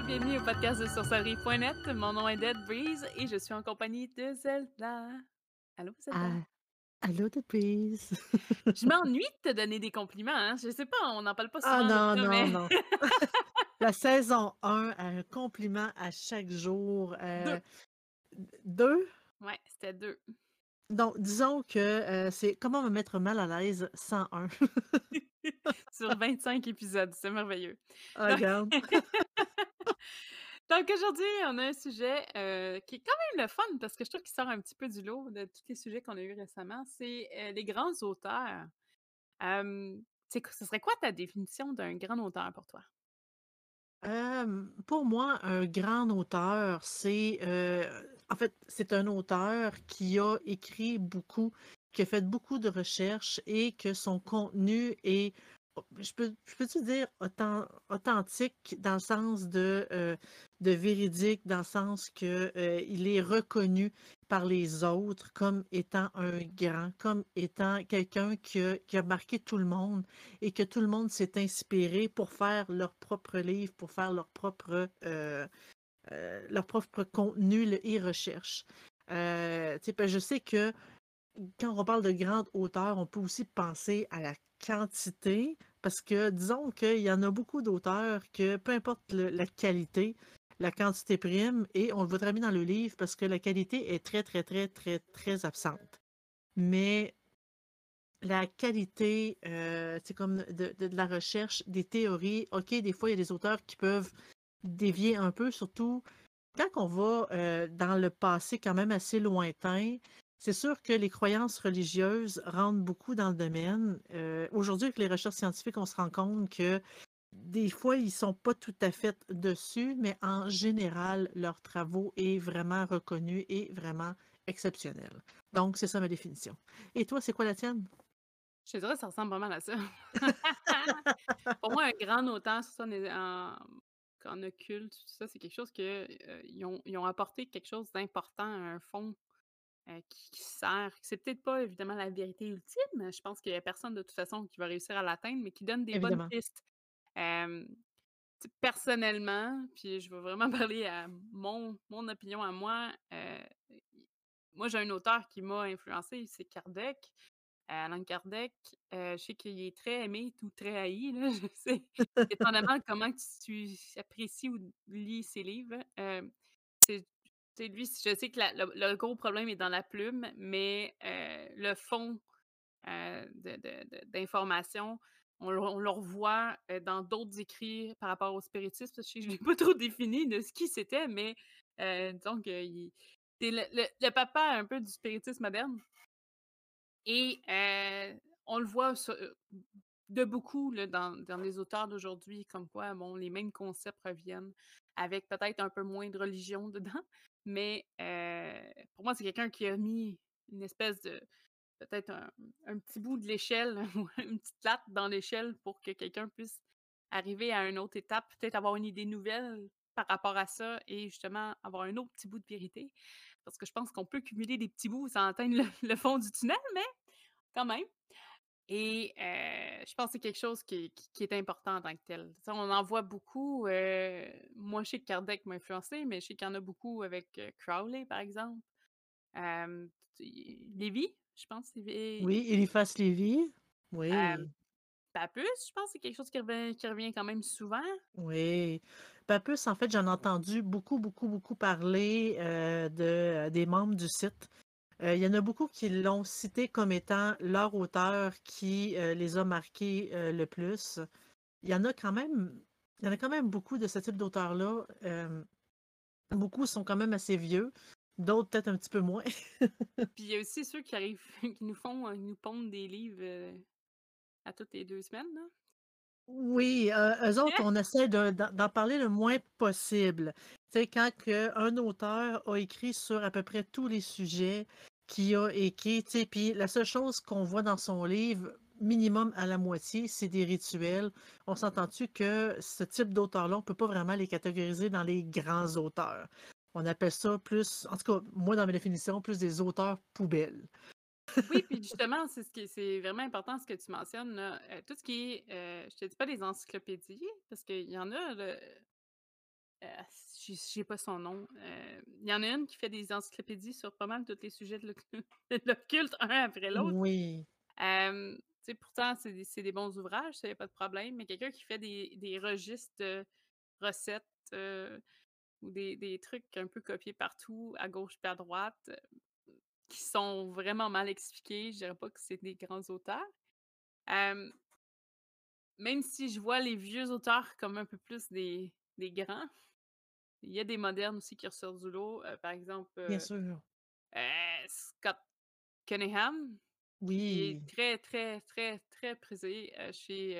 bienvenue au podcast de sorcellerie.net. Mon nom est Dead Breeze et je suis en compagnie de Zelda. Allô, Zelda? Ah, allô the breeze. Je m'ennuie de te donner des compliments, hein. Je sais pas, on n'en parle pas Ah souvent de non, ça, non, mais non. La saison 1, un compliment à chaque jour. deux. 2, Ouais, c'était deux. donc disons que c'est comment me mettre mal à l'aise 101. Sur 25 épisodes, c'est merveilleux. Ah, Donc, regarde. donc aujourd'hui, on a un sujet qui est quand même le fun parce que je trouve qu'il sort un petit peu du lot de tous les sujets qu'on a eus récemment. C'est les grands auteurs. Ce serait quoi ta définition d'un grand auteur pour toi? Pour moi, un grand auteur, c'est en fait, c'est un auteur qui a écrit beaucoup, qui a fait beaucoup de recherches et que son contenu est, je peux-tu dire authentique dans le sens de véridique, dans le sens que il est reconnu par les autres comme étant un grand, comme étant quelqu'un qui a marqué tout le monde et que tout le monde s'est inspiré pour faire leur propre livre, pour faire leur propre contenu et recherche. Tu sais, je sais que quand on parle de grande hauteur, on peut aussi penser à la quantité, parce que disons qu'il y en a beaucoup d'auteurs que peu importe la qualité, la quantité prime, et on le voit très bien dans le livre parce que la qualité est très, très, très, très, très absente. Mais la qualité, c'est comme de la recherche, des théories. OK, des fois, il y a des auteurs qui peuvent dévier un peu, surtout quand on va dans le passé quand même assez lointain. C'est sûr que les croyances religieuses rentrent beaucoup dans le domaine. Aujourd'hui, avec les recherches scientifiques, on se rend compte que des fois, ils sont pas tout à fait dessus, mais en général, leur travaux est vraiment reconnu et vraiment exceptionnel. Donc, c'est ça ma définition. Et toi, c'est quoi la tienne? Je te dirais que ça ressemble pas mal à ça. Pour moi, un grand auteur, c'est ça, en occulte, tout ça, c'est quelque chose que, ils ont apporté quelque chose d'important à un fond, qui sert c'est peut-être pas évidemment la vérité ultime, je pense qu'il y a personne de toute façon qui va réussir à l'atteindre, mais qui donne des bonnes Évidemment. pistes. Hem, Tu sais, personnellement, puis je vais vraiment parler à mon opinion à moi, i moi j'ai un auteur qui m'a influencé, c'est Kardec. Allan Kardec, je sais qu'il est très aimé ou très haï, là, je sais, dépendamment de comment tu apprécies ou lis ses livres, c'est tu sais, lui, je sais que le gros problème est dans la plume, mais le fond, d'informations, on le revoit, dans d'autres écrits par rapport au spiritisme. Je l'ai pas trop défini de ce qui c'était, mais disons qu'il c'est le papa un peu du spiritisme moderne. Et on le voit de beaucoup là, dans les auteurs d'aujourd'hui, comme quoi, bon, les mêmes concepts reviennent avec peut-être un peu moins de religion dedans, mais pour moi, c'est quelqu'un qui a mis une espèce de peut-être un petit bout de l'échelle ou une petite latte dans l'échelle pour que quelqu'un puisse arriver à une autre étape, peut-être avoir une idée nouvelle par rapport à ça et justement avoir un autre petit bout de vérité. Parce que je pense qu'on peut cumuler des petits bouts sans atteindre le fond du tunnel, mais quand même. Et je pense que c'est quelque chose qui est important en tant que tel. Tu sais, on en voit beaucoup, moi, je sais que Kardec m'a influencé, mais je sais qu'il y en a beaucoup avec, Crowley, par exemple. Tu Lévy, je pense, Oui, Eliphas Lévy. hem, Oui, Papus, je pense, c'est quelque chose qui revient quand même souvent. oui. Papus, en fait, j'en ai entendu beaucoup, beaucoup, beaucoup parler des membres du site. Il y en a beaucoup qui l'ont cité comme étant leur auteur qui les a marqués le plus. Il y en a quand même, il y en a quand même beaucoup de ce type d'auteurs-là. Beaucoup sont quand même assez vieux, d'autres peut-être un petit peu moins. Puis il y a aussi ceux qui arrivent qui nous pondent des livres, à toutes les 2 semaines, là. Oui, eux autres, on essaie d'en parler le moins possible. Tu sais, quand un auteur a écrit sur à peu près tous les sujets qu'il a écrit, tu sais, puis la seule chose qu'on voit dans son livre, minimum à la moitié, c'est des rituels. On s'entend-tu que ce type d'auteur-là, on ne peut pas vraiment les catégoriser dans les grands auteurs. On appelle ça plus, en tout cas, moi, dans ma définition, plus des auteurs poubelles. Oui, puis justement, c'est vraiment important ce que tu mentionnes là, tout ce qui est, je te dis pas des encyclopédies, parce qu'il y en a j'ai pas son nom. Il y en a une qui fait des encyclopédies sur pas mal tous les sujets de de l'occulte, un après l'autre. Oui, Tu sais, pourtant, c'est des bons ouvrages, ça, y a pas de problème, mais quelqu'un qui fait des registres de recettes, ou des trucs un peu copiés partout, à gauche puis à droite, qui sont vraiment mal expliqués, je dirais pas que c'est des grands auteurs. Hem, Même si je vois les vieux auteurs comme un peu plus des grands, il y a des modernes aussi qui ressortent du lot, par exemple, bien sûr. Scott Cunningham, qui est Oui. très, très, très, très prisé, chez,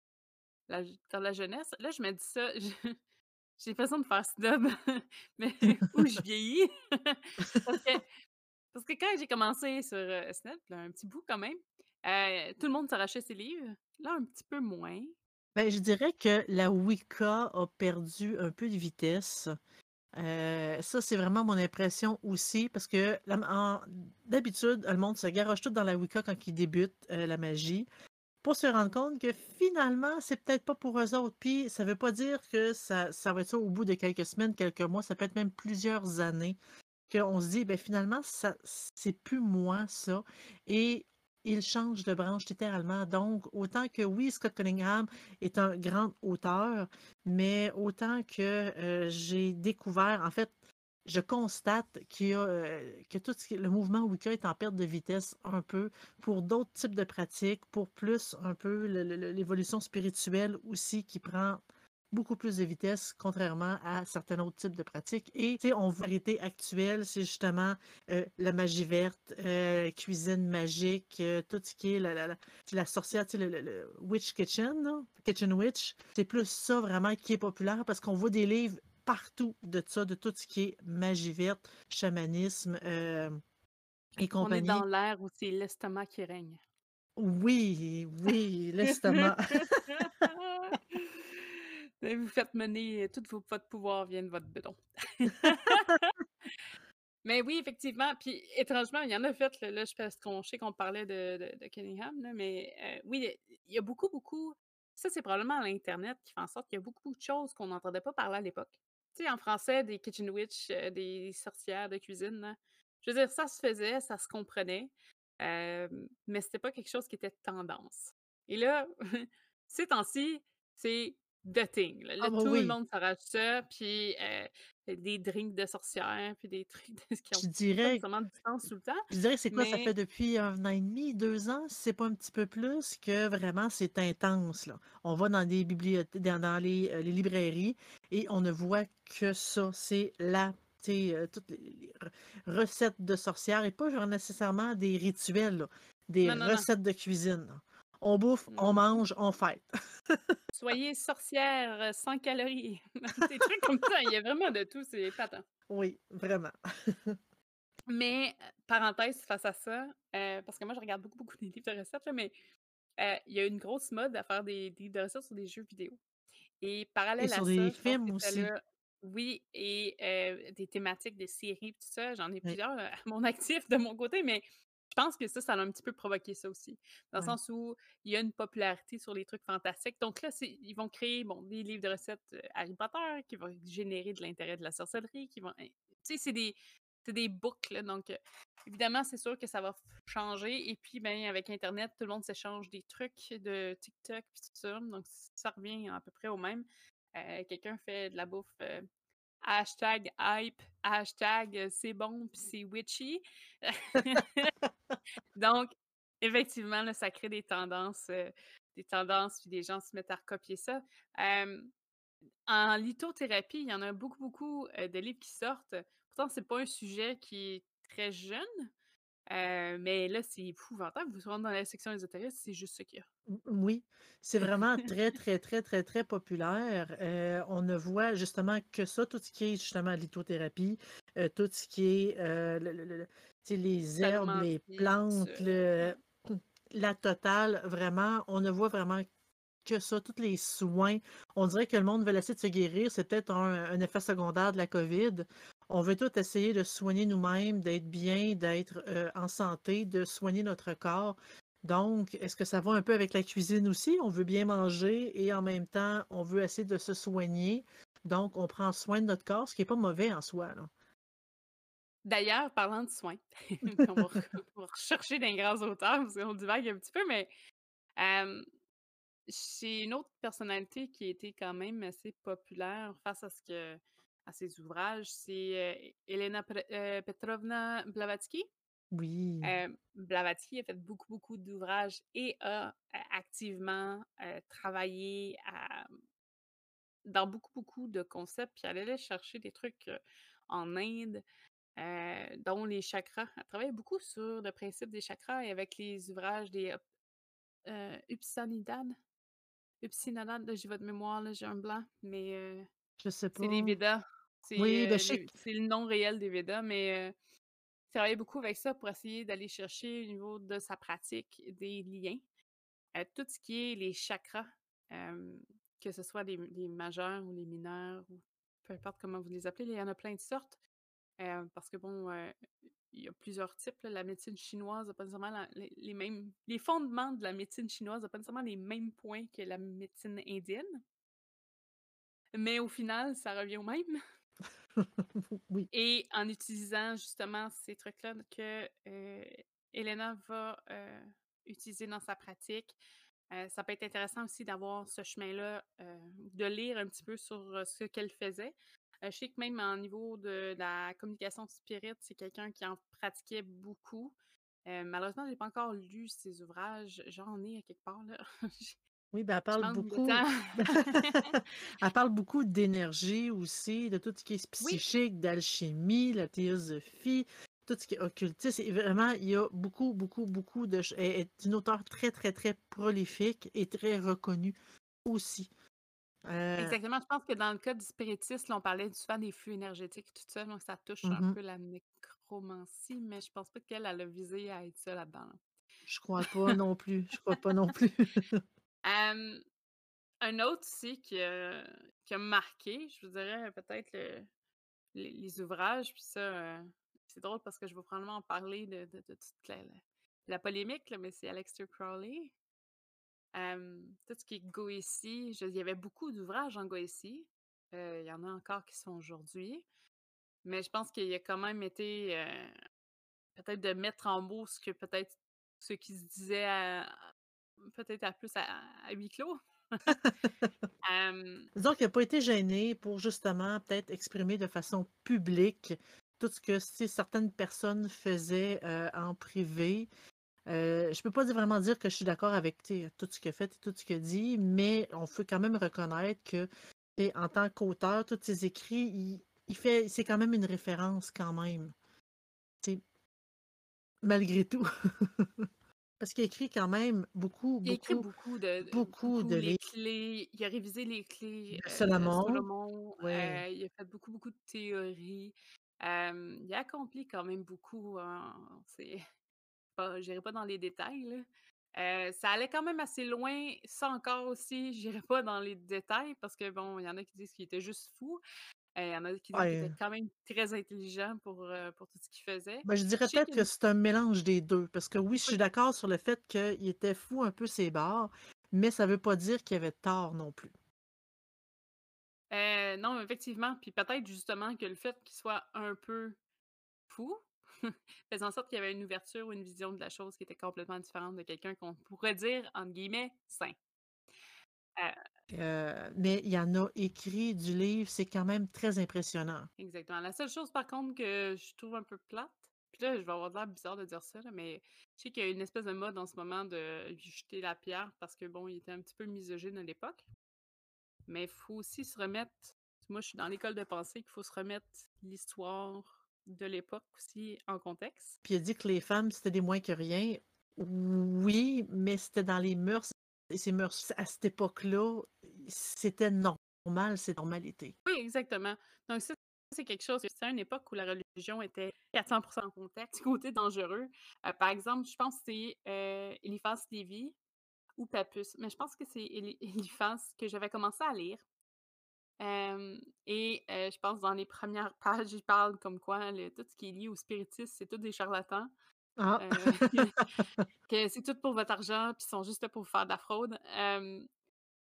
dans la jeunesse. Là, je me dis ça, j'ai l'impression de faire snob, mais où je vieillis. Parce que parce que quand j'ai commencé sur, Snap, là, un petit bout quand même, tout le monde s'arrachait ses livres. Là, un petit peu moins. Ben, je dirais que la Wicca a perdu un peu de vitesse. Ça, c'est vraiment mon impression aussi, parce que d'habitude, le monde se garoche tout dans la Wicca quand ils débutent la magie, pour se rendre compte que finalement, c'est peut-être pas pour eux autres. Puis, ça veut pas dire que ça va être ça au bout de quelques semaines, quelques mois, ça peut être même plusieurs années, qu'on se dit, ben finalement, ça, c'est plus moi, ça. Et il change de branche littéralement. Donc, autant que oui, Scott Cunningham est un grand auteur, mais autant que j'ai découvert, en fait, je constate que le mouvement Wicca est en perte de vitesse un peu pour d'autres types de pratiques, pour plus un peu l'évolution spirituelle aussi qui prend beaucoup plus de vitesse, contrairement à certains autres types de pratiques. Et tu sais, on voit la vérité actuelle, c'est justement la magie verte, cuisine magique, tout ce qui est la sorcière, tu sais, le Witch Kitchen, là, Kitchen Witch. C'est plus ça vraiment qui est populaire parce qu'on voit des livres partout de ça, de tout ce qui est magie verte, chamanisme et On est dans compagnie. l'ère où c'est l'estomac qui règne. Oui, oui, l'estomac. Vous faites mener, tout votre pouvoir vient de votre bedon. Mais oui, effectivement, puis étrangement, il y en a fait, là, parce qu'on je sais qu'on parlait de Cunningham, là, mais oui, il y a beaucoup, beaucoup ça, c'est probablement l'internet qui fait en sorte qu'il y a beaucoup de choses qu'on n'entendait pas parler à l'époque. Tu sais, en français, des kitchen witch, des sorcières de cuisine, là, je veux dire, ça se faisait, ça se comprenait, mais c'était pas quelque chose qui était tendance. Et là, ces temps-ci, c'est the thing, là. Ah Là, bah tout le oui, monde s'arrache ça, puis des drinks de sorcières, puis des trucs de qui ont je pas dirais nécessairement du sens tout le temps, Je dirais, c'est quoi? Ça fait mais depuis 1 an et demi, 2 ans, si c'est pas un petit peu plus, que vraiment c'est intense, là. On va dans des bibliothèques, dans les librairies et on ne voit que ça. C'est tu sais, toutes les recettes de sorcières et pas genre nécessairement des rituels, là, des non, non, non, recettes de cuisine, là. On bouffe, on non. mange, on fête. Soyez sorcière, sans calories, des trucs comme ça, il y a vraiment de tout, c'est épatant. Oui, vraiment. Mais, parenthèse face à ça, parce que moi je regarde beaucoup, beaucoup des livres de recettes là, mais, il y a une grosse mode à faire des livres de recettes sur des jeux vidéo. Et Et parallèle à sur ça, des je pense films que ça aussi. l'a oui et des thématiques de séries tout ça, j'en ai Oui, plusieurs, à mon actif de mon côté, mais je pense que ça l'a un petit peu provoqué ça aussi. Dans le oui. sens où il y a une popularité sur les trucs fantastiques. Donc là, ils vont créer, bon, des livres de recettes, Harry Potter qui vont générer de l'intérêt de la sorcellerie, qui vont tu sais, c'est des boucles, donc évidemment, c'est sûr que ça va changer et puis, ben, avec internet, tout le monde s'échange des trucs de TikTok puis tout ça, donc ça revient à peu près au même. Quelqu'un fait de la bouffe, hashtag hype, hashtag, c'est bon puis c'est witchy. Donc effectivement, là, ça crée des tendances puis des gens se mettent à recopier ça. Hem, En lithothérapie, il y en a beaucoup, beaucoup, de livres qui sortent. Pourtant, c'est pas un sujet qui est très jeune, mais là, c'est épouvantable. Vous rentrez dans la section ésotériste, c'est juste ce qu'il y a. Oui, c'est vraiment très, très, très, très, très populaire. On ne voit justement que ça, tout ce qui est justement lithothérapie, tout ce qui est tu sais, les herbes, les Salmantis, plantes, ouais. la totale, vraiment, on ne voit vraiment que ça, tous les soins. On dirait que le monde veut essayer de se guérir. C'est peut-être un effet secondaire de la COVID. On veut tout essayer de se soigner nous-mêmes, d'être bien, d'être en santé, de soigner notre corps. Donc, est-ce que ça va un peu avec la cuisine aussi? On veut bien manger et en même temps, on veut essayer de se soigner. Donc, on prend soin de notre corps, ce qui est pas mauvais en soi, là. D'ailleurs, parlant de soins, on va on va rechercher des grands auteurs parce qu'on divague un petit peu, mais hem, c'est une autre personnalité qui a été quand même assez populaire face à ses ouvrages, c'est, Elena Petrovna Blavatsky. Oui, Blavatsky a fait beaucoup, beaucoup d'ouvrages et a, activement, travaillé dans beaucoup, beaucoup de concepts, puis elle allait chercher des trucs, en Inde, dont les chakras. Elle travaillait beaucoup sur le principe des chakras et avec les ouvrages des Upsinadad? Upsinadad, là, j'ai votre mémoire, là, j'ai un blanc, mais je sais c'est les pas. Védas. Oui, ben, je sais que C'est le nom réel des Védas, mais travaillait beaucoup avec ça pour essayer d'aller chercher au niveau de sa pratique des liens. Tout ce qui est les chakras, hem, que ce soit les majeurs ou les mineurs ou peu importe comment vous les appelez, il y en a plein de sortes, parce que bon, il y a plusieurs types, là. La médecine chinoise n'a pas nécessairement les mêmes les fondements de la médecine chinoise n'ont pas nécessairement les mêmes points que la médecine indienne, mais au final, ça revient au même. oui. Et en utilisant justement ces trucs-là que, Elena va, utiliser dans sa pratique, ça peut être intéressant aussi d'avoir ce chemin-là, de lire un petit peu sur, ce qu'elle faisait. Je sais que même au niveau de la communication spirit, c'est quelqu'un qui en pratiquait beaucoup. Malheureusement, j'ai pas encore lu ses ouvrages. J'en ai à quelque part là. Oui, ben, elle Je parle manque de beaucoup temps. elle parle beaucoup d'énergie aussi, de tout ce qui est Oui, psychique, d'alchimie, la théosophie, tout ce qui est occultisme et vraiment, il y a beaucoup, beaucoup, beaucoup de ch elle est une auteure très, très, très prolifique et très reconnue aussi. Heu, exactement. Je pense que dans le cas du spiritisme, là, on parlait souvent des flux énergétiques, tout ça, donc ça touche un mmh peu la nécromancie, mais je pense pas qu'elle a visé à être ça là-dedans, là. Je crois pas non plus, je crois pas non plus. Hem, un autre aussi qui a marqué, je vous dirais peut-être les ouvrages, puis ça, c'est drôle parce que je vais probablement en parler de toute la polémique, là, mais c'est Aleister Crowley. Tout ce qui est Goétie, il y avait beaucoup d'ouvrages en Goétie. Il y en a encore qui sont aujourd'hui, mais je pense qu'il a quand même été, peut-être de mettre en mots ce que peut-être ce qui se disait peut-être à plus à huis clos. Hem, Disons qu'il a pas été gêné pour justement peut-être exprimer de façon publique tout ce que si certaines personnes faisaient, en privé. Je peux pas vraiment dire que je suis d'accord avec, tu sais, tout ce qu'il a fait et tout ce qu'il a dit, mais on peut quand même reconnaître que, tu sais, en tant qu'auteur, tous ses écrits, il fait c'est quand même une référence quand même, tu sais, malgré tout. Parce qu'il a écrit quand même beaucoup, il a écrit beaucoup, beaucoup beaucoup de les livres clés, il a révisé les clés, de de Salomon. Solomon, Ouais. il a fait beaucoup, beaucoup de théories. Il a accompli quand même beaucoup, c'est pas j'irai pas dans les détails, là. Ça allait quand même assez loin. Ça encore aussi, j'irai pas dans les détails parce que bon, il y en a qui disent qu'il était juste fou. Il y en a qui disent qu'il était Ouais. quand même très intelligent pour tout ce qu'il faisait. Ben, je Je dirais sais peut-être qu'il y a que une c'est un mélange des 2 parce que oui, je suis oui, d'accord sur le fait qu'il était fou un peu ses bords, mais ça veut pas dire qu'il avait tort non plus. non, effectivement, puis peut-être justement que le fait qu'il soit un peu fou faisait en sorte qu'il y avait une ouverture ou une vision de la chose qui était complètement différente de quelqu'un qu'on pourrait dire, entre guillemets, «sain». Heu, Mais il y en a écrit du livre, c'est quand même très impressionnant. exactement. La seule chose par contre que je trouve un peu plate, puis là, je vais avoir l'air bizarre de dire ça là, mais je sais qu'il y a une espèce de mode en ce moment de lui jeter la pierre parce que bon, il était un petit peu misogyne à l'époque. Mais il faut aussi se remettre moi, je suis dans l'école de pensée qu'il faut se remettre l'histoire de l'époque aussi en contexte. Puis il a dit que les femmes, c'était des moins que rien. Oui, mais c'était dans les mœurs et ces mœurs à cette époque-là, c'était normal, c'est normalité. Oui, exactement. Donc ça, c'est quelque chose c'est à une époque où la religion était 400 en contexte, côté dangereux. Par exemple, je pense que c'est, Eliphas Lévi ou Papus, mais je pense que c'est Eliphas que j'avais commencé à lire. Et je pense dans les premières pages, il parle comme quoi le tout ce qui est lié au spiritisme, c'est tous des charlatans, Ah! heu, que c'est tout pour votre argent, puis ils sont juste là pour vous faire de la fraude.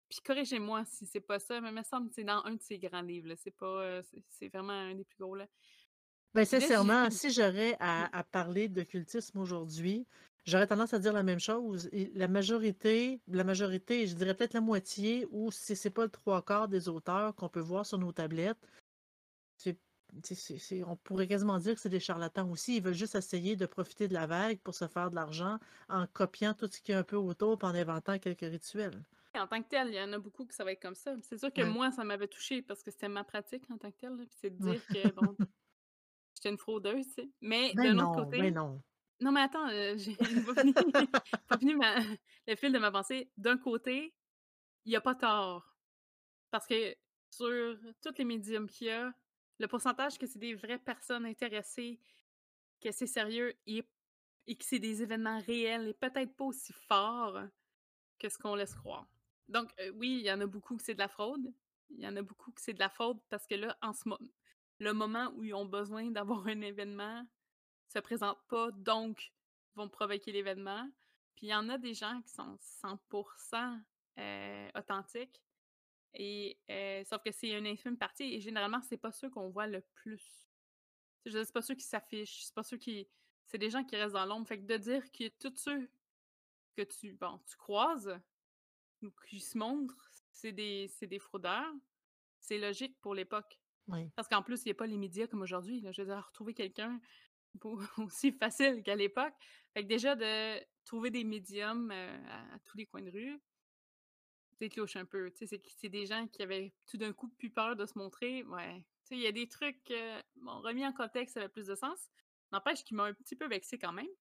puis corrigez-moi si c'est pas ça, mais il me semble que c'est dans un de ses grands livres, là, c'est pas, c'est vraiment un des plus gros, là. Ben, Puis là, j'ai sincèrement, si j'aurais mmh, à parler d'occultisme aujourd'hui, j'aurais tendance à dire la même chose. Et la majorité, je dirais peut-être la moitié, ou si c'est pas le trois quarts des auteurs qu'on peut voir sur nos tablettes, c'est, on pourrait quasiment dire que c'est des charlatans aussi. Ils veulent juste essayer de profiter de la vague pour se faire de l'argent en copiant tout ce qui est un peu autour et en inventant quelques rituels. en tant que tel, il y en a beaucoup que ça va être comme ça. C'est sûr que Ouais. moi, ça m'avait touchée parce que c'était ma pratique en tant que telle, là, puis c'est de Ouais. dire que, bon, j'étais une fraudeuse, tu sais. Mais Ben d'un autre non, ben côté non. non, mais attends, j'ai pas fini pas fini ma le fil de ma pensée. D'un côté, il y a pas tort parce que sur toutes les médiums qu'il y a, le pourcentage que c'est des vraies personnes intéressées, que c'est sérieux et que c'est des événements réels est peut-être pas aussi fort que ce qu'on laisse croire. Donc, oui, il y en a beaucoup que c'est de la fraude. Il y en a beaucoup que c'est de la fraude parce que là, en ce le moment où ils ont besoin d'avoir un événement se présente pas, donc vont provoquer l'événement. Puis il y en a des gens qui sont 100 authentiques et sauf que c'est une infime partie et généralement, c'est pas ceux qu'on voit le plus. Je veux dire, c'est pas ceux qui s'affichent, c'est pas ceux qui c'est des gens qui restent dans l'ombre. Fait que de dire que tous ceux que tu croises ou qui se montrent, c'est des fraudeurs, c'est logique pour l'époque. Oui. Parce qu'en plus, il y a pas les médias comme aujourd'hui, là. Je veux dire, retrouver quelqu'un pas aussi facile qu'à l'époque. Fait que déjà de trouver des médiums, à tous les coins de rue, tu cloche un peu. Tu sais, c'est des gens qui avaient tout d'un coup plus peur de se montrer, ouais. Tu sais, il y a des trucs, bon, remis en contexte, ça avait plus de sens. N'empêche qu'ils m'ont un petit peu vexée quand même,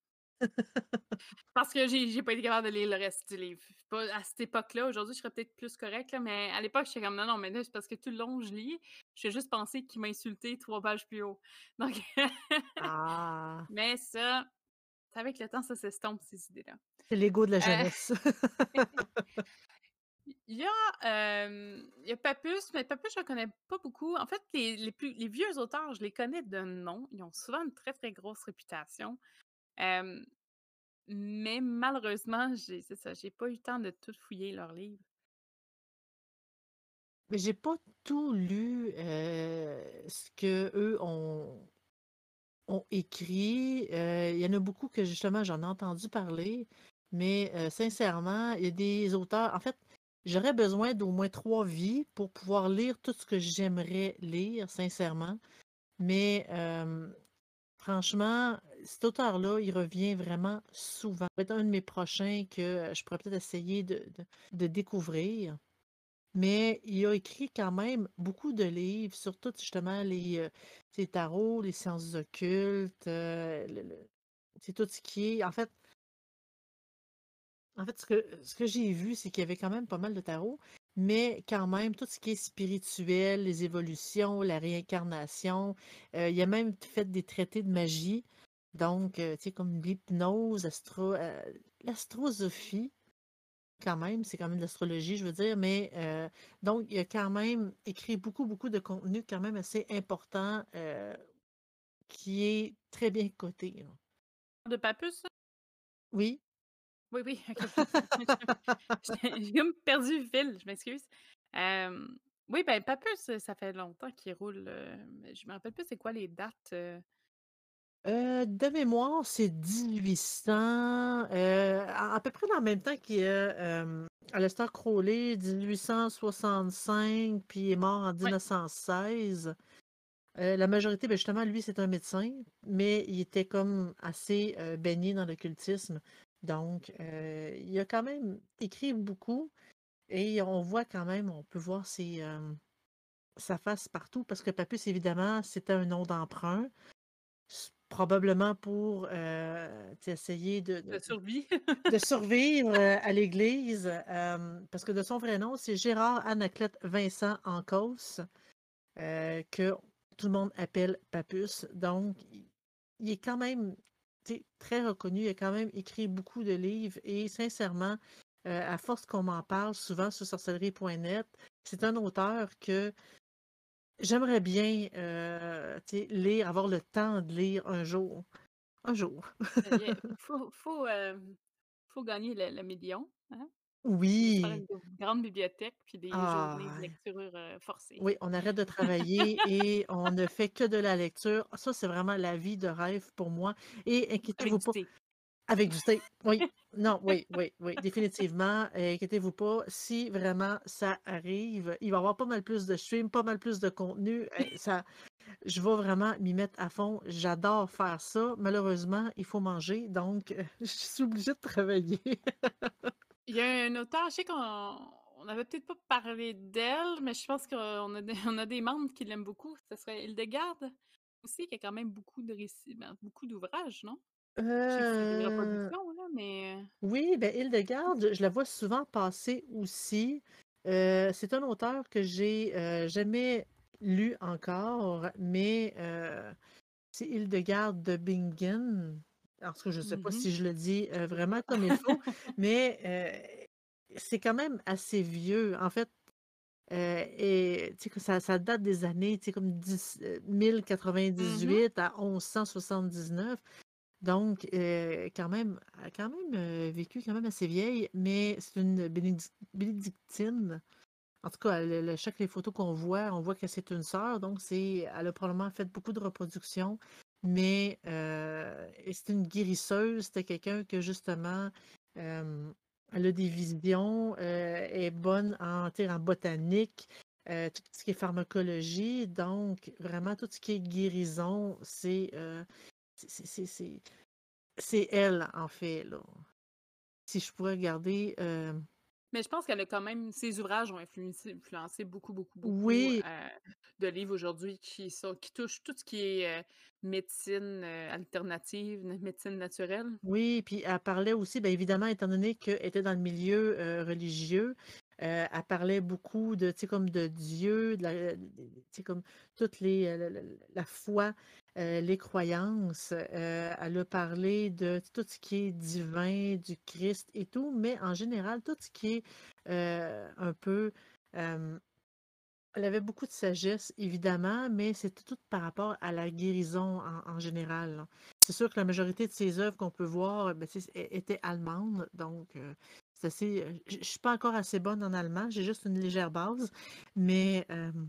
parce que j'ai pas été capable de lire le reste du livre. Pas à cette époque-là. Aujourd'hui, je serais peut-être plus correcte, là, mais à l'époque, j'étais comme: «Non, non, mais là, c'est parce que tout le long, je lis, j'ai juste pensé qu'il m'a insulté 3 pages plus haut». Donc Ah, mais ça, avec le temps, ça s'estompe ces idées-là. c'est l'ego de la Heu, jeunesse. il y a Papus, mais Papus, je le connais pas beaucoup. En fait, les vieux auteurs, je les connais de nom. Ils ont souvent une très, très grosse réputation. Hem, mais malheureusement, c'est ça, j'ai pas eu le temps de tout fouiller leurs livres. Mais j'ai pas tout lu, ce qu'eux ont écrit. Il y en a beaucoup que justement j'en ai entendu parler, mais sincèrement, il y a des auteurs en fait, j'aurais besoin d'au moins 3 vies pour pouvoir lire tout ce que j'aimerais lire, sincèrement. Mais franchement, cet auteur-là, il revient vraiment souvent. Ça va être un de mes prochains que, je pourrais peut-être essayer de découvrir. Mais il a écrit quand même beaucoup de livres sur tout justement les tarots, les sciences occultes, c'est tout ce qui est en fait, ce que j'ai vu, c'est qu'il y avait quand même pas mal de tarots, mais quand même tout ce qui est spirituel, les évolutions, la réincarnation, il a même fait des traités de magie, donc tu sais comme l'hypnose, l'astrosophie. Quand même, c'est quand même de l'astrologie, je veux dire, mais donc il a quand même écrit beaucoup, beaucoup de contenu quand même assez important, qui est très bien coté, là. De Papus, ça? Oui. Oui, oui, OK. J'ai comme perdu le fil, je m'excuse. Oui, ben, Papus, ça fait longtemps qu'il roule, mais je me rappelle plus c'est quoi les dates, De mémoire, c'est 1800, à peu près dans le même temps qu'il y a, Aleister Crowley, 1865, puis il est mort en ouais. 1916. La majorité, ben, justement, lui, c'est un médecin, mais il était comme assez, baigné dans l'occultisme. Donc, il a quand même écrit beaucoup et on voit quand même, on peut voir sa face partout parce que Papus, évidemment, c'était un nom d'emprunt, probablement pour tu sais, essayer de, De de- survie. de survivre à l'Église, parce que de son vrai nom, c'est Gérard Anaclet Vincent Ancos, que tout le monde appelle Papus. Donc, il est quand même tu sais, très reconnu. Il a quand même écrit beaucoup de livres et sincèrement, à force qu'on m'en parle souvent sur sorcellerie.net, c'est un auteur que j'aimerais bien tu sais, lire, avoir le temps de lire un jour. Un jour. Il faut gagner le 1 000 000, hein? On va se faire Oui! une grande bibliothèque puis des journées de Ah! lecture, forcées. Oui, on arrête de travailler et on ne fait que de la lecture. Ça, c'est vraiment la vie de rêve pour moi et Avec inquiétez-vous du pas thé. avec du thé, oui. Non, oui, oui, oui, définitivement, inquiétez-vous pas, si vraiment ça arrive, il va y avoir pas mal plus de streams, pas mal plus de contenu, ça je vais vraiment m'y mettre à fond. J'adore faire ça. Malheureusement, il faut manger, donc je suis obligée de travailler. Il y a un auteur, je sais qu'on avait peut-être pas parlé d'elle, mais je pense qu'on a des on a des membres qui l'aiment beaucoup. Ce serait Hildegarde aussi, qui a quand même beaucoup de récits, ben, beaucoup d'ouvrages, non? Je sais que c'est des Heu, reproductions là, mais oui, ben, Hildegarde, je la vois souvent passer aussi. C'est un auteur que j'ai, jamais lu encore, mais c'est Hildegarde de Bingen. En tout cas, je ne sais pas mmh si je le dis, je sais vraiment pas. comme il faut, mais c'est quand même assez vieux. En fait, et tu sais que ça date des années, tu sais, comme 1098 à 1179. Donc quand même elle a quand même, vécu quand même assez vieille, mais c'est une bénédictine. En tout cas, chaque les photos qu'on voit, on voit que c'est une sœur, donc elle a probablement fait beaucoup de reproductions, mais et c'est une guérisseuse, c'était quelqu'un que justement, elle a des visions, est bonne en, tu sais, en botanique, tout ce qui est pharmacologie, donc vraiment tout ce qui est guérison, c'est c'est c'est c'est c'est elle, en fait, là. Si je pourrais regarder, Mais je pense qu'elle a quand même ses ouvrages ont influencé beaucoup, beaucoup, beaucoup, oui. de livres aujourd'hui qui touchent tout ce qui est, médecine, alternative, médecine naturelle. Oui, puis elle parlait aussi, bien évidemment, étant donné qu'elle était dans le milieu, religieux, elle parlait beaucoup de, tu sais, comme de Dieu, tu sais, comme toutes les, la foi, les croyances. Elle a parlé de tout ce qui est divin, du Christ et tout, mais en général, tout ce qui est, un peu, elle avait beaucoup de sagesse, évidemment, mais c'était tout par rapport à la guérison en général, là. C'est sûr que la majorité de ses œuvres qu'on peut voir, ben, tu sais, étaient allemandes, donc c'est assez, je suis pas encore assez bonne en allemand, j'ai juste une légère base, mais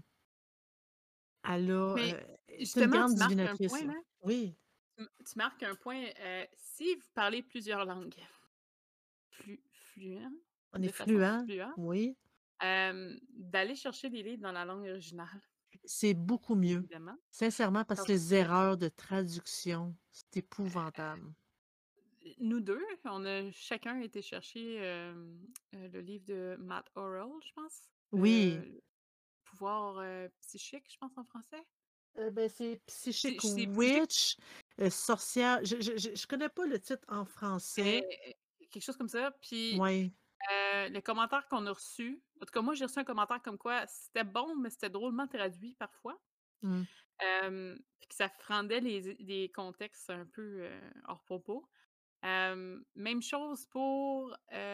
elle a, Mais c'est une justement, grande tu marques un divinatrice, point là. là, Oui, tu marques un point, si vous parlez plusieurs langues fluent, on est de façon fluent, fluente, oui, d'aller chercher des livres dans la langue originale, c'est beaucoup mieux. évidemment, Sincèrement, parce que parce les que erreurs de traduction, c'est épouvantable. nous 2, on a chacun été chercher, le livre de Matt Orwell, je pense, Oui. Le pouvoir, psychique, je pense en français. Ben, c'est Psychic C'est psychique, Witch, sorcière, je connais pas le titre en français. mais quelque chose comme ça, puis, Ouais, le commentaire qu'on a reçu en tout cas moi j'ai reçu un commentaire comme quoi c'était bon, mais c'était drôlement traduit parfois, mmh, puis que ça rendait les contextes un peu, hors propos. Même chose pour,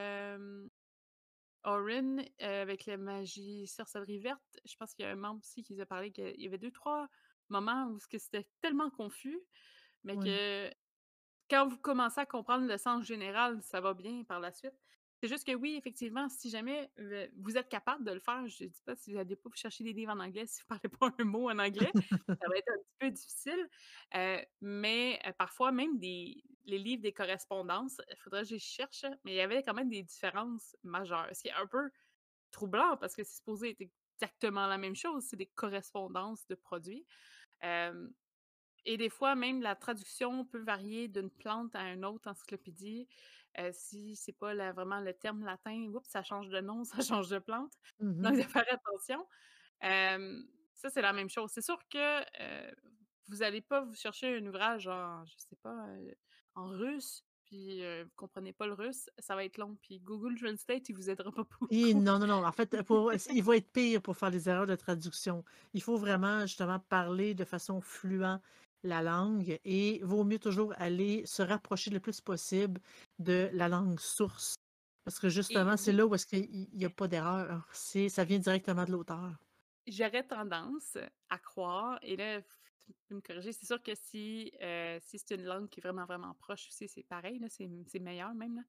Orin, avec la magie sorcellerie verte. Je pense qu'il y a un membre aussi qui nous a parlé qu'il y avait deux trois moments où ce que c'était tellement confus, mais ouais. que quand vous commencez à comprendre le sens général, ça va bien par la suite. C'est juste que oui, effectivement, si jamais, vous êtes capable de le faire, je dis pas si vous allez pas vous chercher des livres en anglais, si vous parlez pas un mot en anglais, ça va être un petit peu difficile, mais parfois même les livres des correspondances, il faudrait que je les cherche, mais il y avait quand même des différences majeures. Ce qui est un peu troublant parce que c'est supposé être exactement la même chose, c'est des correspondances de produits, hem et des fois, même la traduction peut varier d'une plante à une autre encyclopédie. Si c'est pas vraiment le terme latin, oups, ça change de nom, ça change de plante. Donc Mmh. de faire attention. Ça, c'est la même chose. C'est sûr que, vous allez pas vous chercher un ouvrage en, je sais pas, en russe, puis, vous comprenez pas le russe, ça va être long. Puis Google Translate, il vous aidera pas Et beaucoup. non, non, non, en fait, il va être pire pour faire les erreurs de traduction. Il faut vraiment, justement, parler de façon fluente la langue et vaut mieux toujours aller se rapprocher le plus possible de la langue source. Parce que Et justement, c'est vous là où est-ce qu'il y a pas d'erreur. Ça vient directement de l'auteur. j'aurais tendance à croire et là, tu peux me corriger, c'est sûr que si c'est une langue qui est vraiment, vraiment proche aussi, c'est pareil là, c'est meilleur même là.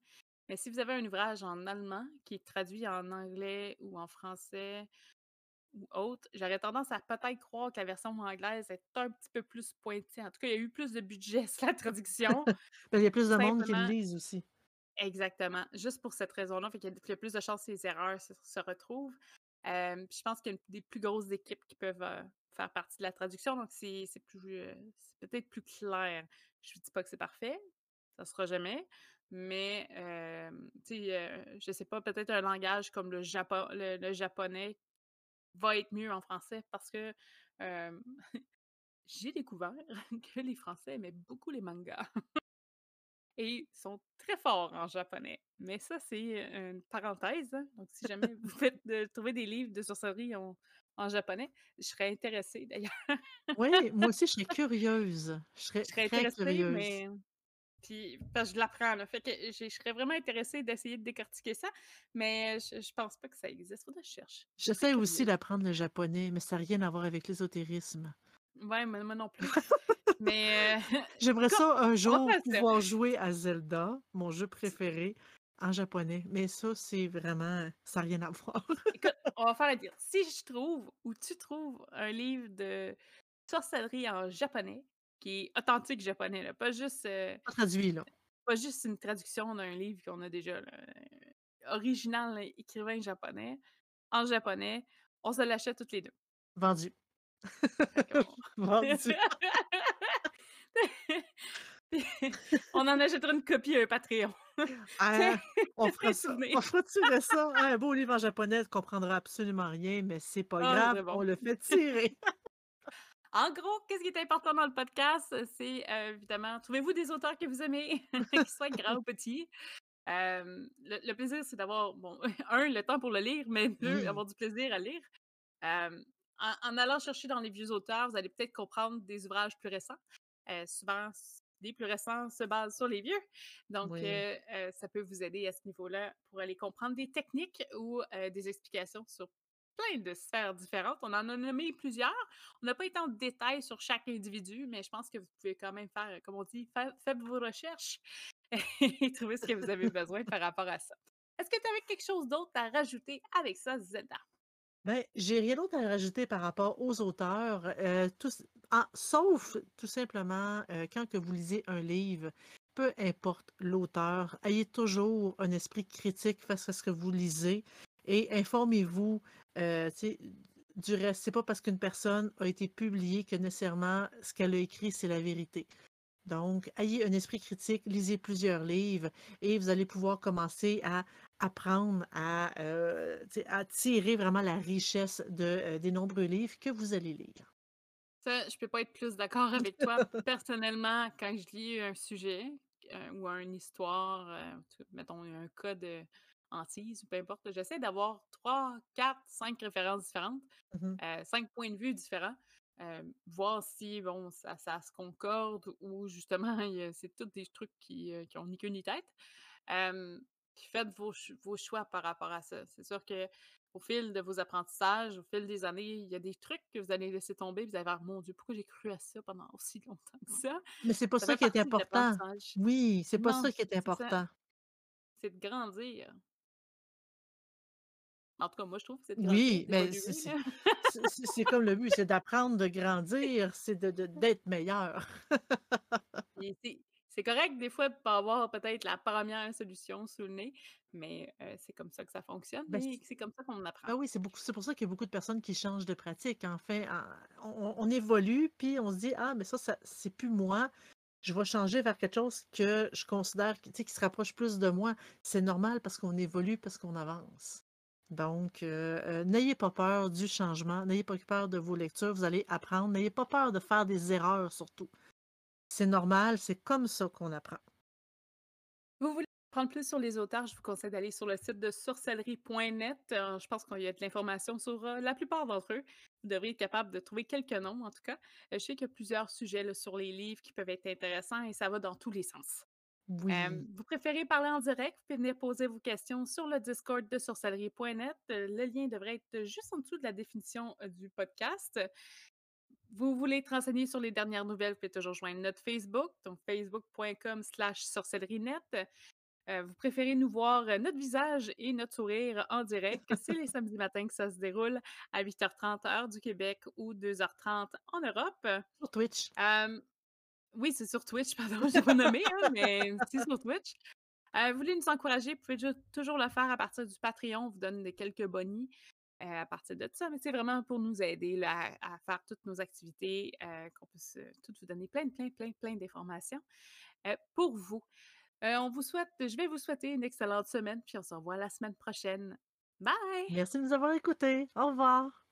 Mais si vous avez un ouvrage en allemand qui est traduit en anglais ou en français ou autre, j'aurais tendance à peut-être croire que la version anglaise est un petit peu plus pointue. En tout cas, il y a eu plus de budget sur la traduction, Ben, il y a plus tout de monde qui le simplement. lisent aussi. Exactement, juste pour cette raison-là, fait qu'il y a plus de chances que les erreurs se retrouvent. Puis je pense qu'il y a des plus grosses équipes qui peuvent, faire partie de la traduction, donc c'est peut-être plus clair. Je ne dis pas que c'est parfait, ça sera jamais, mais tu sais, je sais pas, peut-être un langage comme le japonais va être mieux en français parce que, hem, j'ai découvert que les Français aimaient beaucoup les mangas. Et sont très forts en japonais. Mais ça, c'est, une parenthèse, hein, donc si jamais vous faites trouver des livres de sorcellerie en japonais, je serais intéressée d'ailleurs. Oui, moi aussi, je serais curieuse. Je serais Je serais très intéressée, curieuse. mais puis parce que je l'apprends, là, fait que je serais vraiment intéressée d'essayer de décortiquer ça, mais je pense pas que ça existe. Faudrait que je cherche. Je serais J'essaie aussi curieuse. d'apprendre le japonais, mais ça n'a rien à voir avec l'ésotérisme. Ouais, moi non plus. Mais J'aimerais écoute, ça un on va jour faire ça. pouvoir jouer à Zelda, mon jeu préféré, en japonais, mais ça, c'est vraiment ça n'a rien à voir. Écoute, on va faire la deal. Si je trouve ou tu trouves un livre de sorcellerie en japonais, qui est authentique japonais, là, Pas traduit, là. pas juste une traduction d'un livre qu'on a déjà, là, original, là, écrivain japonais, en japonais, on se l'achète toutes les 2. Vendu. Fait qu'on Vendu. on en achètera une copie à un Patreon. Tiens, Ah, on fera un ça. souvenir. On fera-tu ça? Un beau livre en japonais, tu comprendras absolument rien, mais c'est pas Ah, ça grave, serait on bon. le fait tirer. En gros, qu'est-ce qui est important dans le podcast? C'est, évidemment, trouvez-vous des auteurs que vous aimez, qu'ils soient grands ou petits. Le plaisir, c'est d'avoir, bon, un, le temps pour le lire, mais deux, Oui, avoir du plaisir à lire. En allant chercher dans les vieux auteurs, vous allez peut-être comprendre des ouvrages plus récents. Souvent, les plus récents se basent sur les vieux. Donc, oui. ça peut vous aider à ce niveau-là pour aller comprendre des techniques ou des explications sur plein de sphères différentes. On en a nommé plusieurs. On n'a pas été en détail sur chaque individu, mais je pense que vous pouvez quand même faire, comme on dit, faites vos recherches et trouver ce que vous avez besoin par rapport à ça. Est-ce que tu avais quelque chose d'autre à rajouter avec ça, Zelda? Ben, j'ai rien d'autre à rajouter par rapport aux auteurs, sauf tout simplement, quand que vous lisez un livre, peu importe l'auteur, ayez toujours un esprit critique face à ce que vous lisez et informez-vous, tu sais, du reste. C'est pas parce qu'une personne a été publiée que nécessairement ce qu'elle a écrit, c'est la vérité. Donc, ayez un esprit critique, lisez plusieurs livres et vous allez pouvoir commencer à apprendre tu sais, à tirer vraiment la richesse des nombreux livres que vous allez lire. Ça, je peux pas être plus d'accord avec toi. Personnellement, quand je lis un sujet, ou une histoire, mettons un cas de hantise ou peu importe, j'essaie d'avoir 3, 4, 5 références différentes, Mhm. 5 points de vue différents, voir si bon ça se concorde ou justement c'est tous des trucs qui ont ni queue ni tête. Hem, Puis faites vos choix par rapport à ça. C'est sûr que au fil de vos apprentissages, au fil des années, il y a des trucs que vous allez laisser tomber, vous allez faire: «Mon Dieu, pourquoi j'ai cru à ça pendant aussi longtemps que ça?» Mais c'est pas Ça ça fait qui est partie de important. l'apprentissage. Oui, c'est pas Non, ça qui est c'est ça, important. c'est de grandir. En tout cas, moi, je trouve que c'est de grandir, Oui, mais d'évoluer, là. c'est comme le but, c'est d'apprendre, de grandir, c'est d'être meilleur. Puis c'est correct des fois de pas avoir peut-être la première solution sous le nez, mais c'est comme ça que ça fonctionne Ben, et c'est comme ça qu'on apprend. ah oui, c'est pour ça qu'il y a beaucoup de personnes qui changent de pratique. En fait, on évolue, puis on se dit: «Ah, mais ça c'est plus moi. Je vais changer vers quelque chose que je considère qui, tu sais, qui se rapproche plus de moi». C'est normal parce qu'on évolue, parce qu'on avance. Donc, n'ayez pas peur du changement, n'ayez pas peur de vos lectures, vous allez apprendre. N'ayez pas peur de faire des erreurs surtout. C'est normal, c'est comme ça qu'on apprend. Vous voulez apprendre plus sur les auteurs, je vous conseille d'aller sur le site de sorcellerie.net. Je pense qu'il y a de l'information sur, la plupart d'entre eux. Vous devriez être capable de trouver quelques noms, en tout cas. Je sais qu'il y a plusieurs sujets, là, sur les livres qui peuvent être intéressants et ça va dans tous les sens. Oui, Vous préférez parler en direct? Vous pouvez venir poser vos questions sur le Discord de sorcellerie.net. Le lien devrait être juste en dessous de la définition, du podcast. Vous voulez être renseigné sur les dernières nouvelles, vous pouvez toujours joindre notre Facebook, donc facebook.com/sorcellerinet. vous préférez nous voir, notre visage et notre sourire en direct, c'est les samedis matins que ça se déroule à 8h30 heure du Québec ou 2h30 en Europe. Sur Twitch. Hem, oui, c'est sur Twitch, pardon, j'ai pas nommé, hein, mais c'est sur Twitch. Vous voulez nous encourager, vous pouvez toujours le faire à partir du Patreon, on vous donne des quelques bonnies, à partir de ça, mais c'est vraiment pour nous aider là, à faire toutes nos activités, qu'on puisse, toutes vous donner plein d'informations, pour vous. Je vais vous souhaiter une excellente semaine, puis on se revoit la semaine prochaine. Bye! Merci de nous avoir écoutés. Au revoir.